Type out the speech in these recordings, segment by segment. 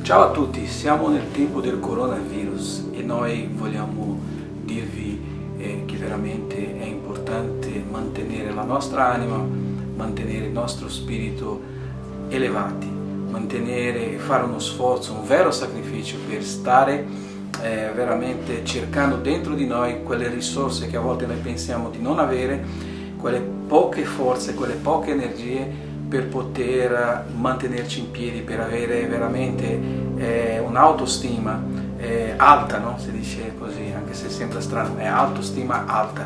Ciao a tutti, siamo nel tempo del coronavirus e noi vogliamo dirvi che veramente è importante mantenere la nostra anima, mantenere il nostro spirito elevati, fare uno sforzo, un vero sacrificio per stare veramente cercando dentro di noi quelle risorse che a volte noi pensiamo di non avere, quelle poche forze, quelle poche energie per poter mantenerci in piedi, per avere veramente un'autostima alta, no? Si dice così, anche se sembra strano, è autostima alta,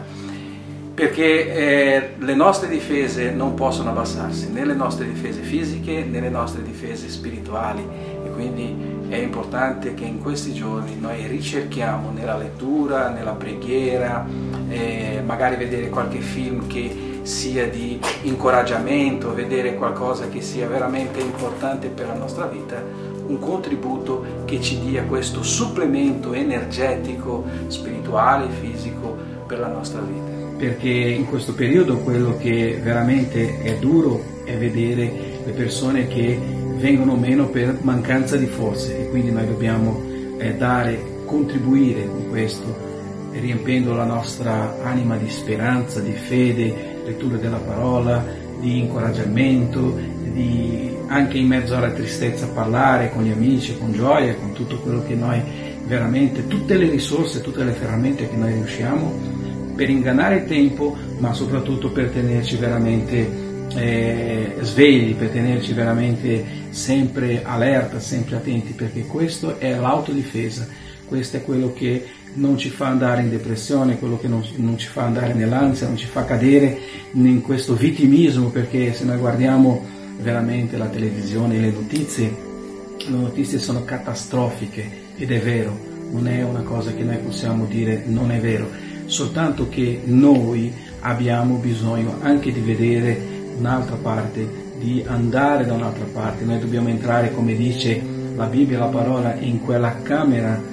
perché le nostre difese non possono abbassarsi, né le nostre difese fisiche né le nostre difese spirituali, e quindi è importante che in questi giorni noi ricerchiamo nella lettura, nella preghiera, magari vedere qualche film che sia di incoraggiamento, vedere qualcosa che sia veramente importante per la nostra vita, un contributo che ci dia questo supplemento energetico, spirituale e fisico per la nostra vita. Perché in questo periodo quello che veramente è duro è vedere le persone che vengono meno per mancanza di forze, e quindi noi dobbiamo contribuire in questo, riempiendo la nostra anima di speranza, di fede, lettura della parola, di incoraggiamento, anche in mezzo alla tristezza parlare con gli amici, con gioia, con tutto quello che noi veramente, tutte le risorse, tutte le ferramente che noi riusciamo per ingannare il tempo, ma soprattutto per tenerci veramente svegli, per tenerci veramente sempre allerta, sempre attenti, perché questo è l'autodifesa, questo è quello che non ci fa andare in depressione, quello che non ci fa andare nell'ansia, non ci fa cadere in questo vittimismo, perché se noi guardiamo veramente la televisione e le notizie sono catastrofiche, ed è vero, non è una cosa che noi possiamo dire non è vero, soltanto che noi abbiamo bisogno anche di vedere un'altra parte, di andare da un'altra parte. Noi dobbiamo entrare, come dice la Bibbia, la parola, in quella camera,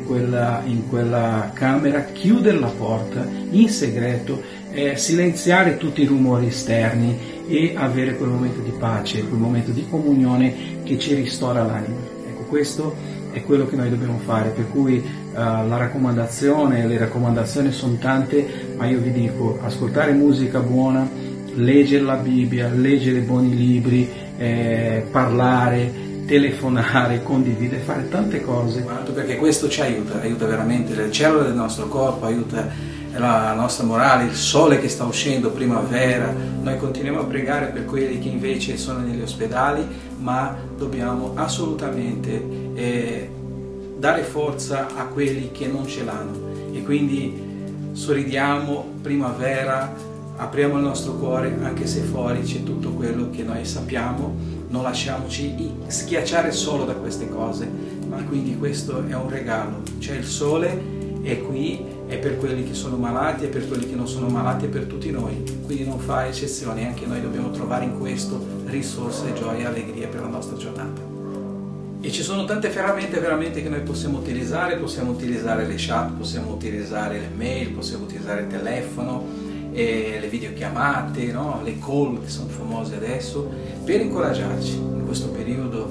chiudere la porta in segreto, silenziare tutti i rumori esterni e avere quel momento di pace, quel momento di comunione che ci ristora l'anima. Ecco, questo è quello che noi dobbiamo fare, per cui le raccomandazioni sono tante, ma io vi dico: ascoltare musica buona, leggere la Bibbia, leggere buoni libri, parlare, telefonare, condividere, fare tante cose. Perché questo ci aiuta veramente le cellule del nostro corpo, aiuta la nostra morale, il sole che sta uscendo, primavera. Noi continuiamo a pregare per quelli che invece sono negli ospedali, ma dobbiamo assolutamente dare forza a quelli che non ce l'hanno, e quindi sorridiamo, primavera, apriamo il nostro cuore, anche se fuori c'è tutto quello che noi sappiamo, non lasciamoci schiacciare solo da queste cose, ma quindi questo è un regalo, c'è il sole, è qui, è per quelli che sono malati, è per quelli che non sono malati, è per tutti noi, quindi non fa eccezione, anche noi dobbiamo trovare in questo risorse, gioia e allegria per la nostra giornata. E ci sono tante ferramente veramente che noi possiamo utilizzare le chat, possiamo utilizzare le mail, possiamo utilizzare il telefono, le videochiamate, no? Le call che sono famose adesso, per incoraggiarci in questo periodo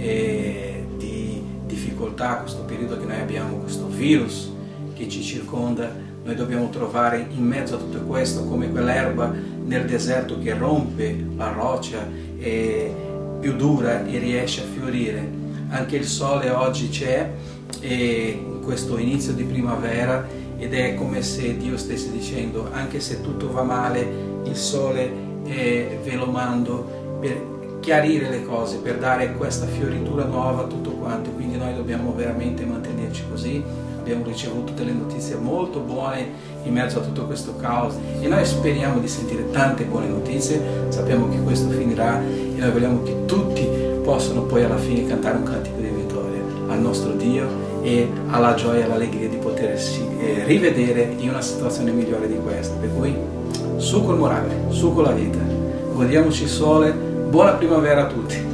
di difficoltà, questo periodo che noi abbiamo, questo virus che ci circonda. Noi dobbiamo trovare in mezzo a tutto questo, come quell'erba nel deserto che rompe la roccia, più dura, e riesce a fiorire. Anche il sole oggi c'è, in questo inizio di primavera, ed è come se Dio stesse dicendo: anche se tutto va male, il sole ve lo mando per chiarire le cose, per dare questa fioritura nuova a tutto quanto. Quindi noi dobbiamo veramente mantenerci così. Abbiamo ricevuto delle notizie molto buone in mezzo a tutto questo caos, e noi speriamo di sentire tante buone notizie. Sappiamo che questo finirà, e noi vogliamo che tutti possano poi alla fine cantare un cantico di vittoria al nostro Dio, e alla gioia e all'allegria di potersi rivedere in una situazione migliore di questa. Per cui su col morale, su con la vita, godiamoci il sole, buona primavera a tutti.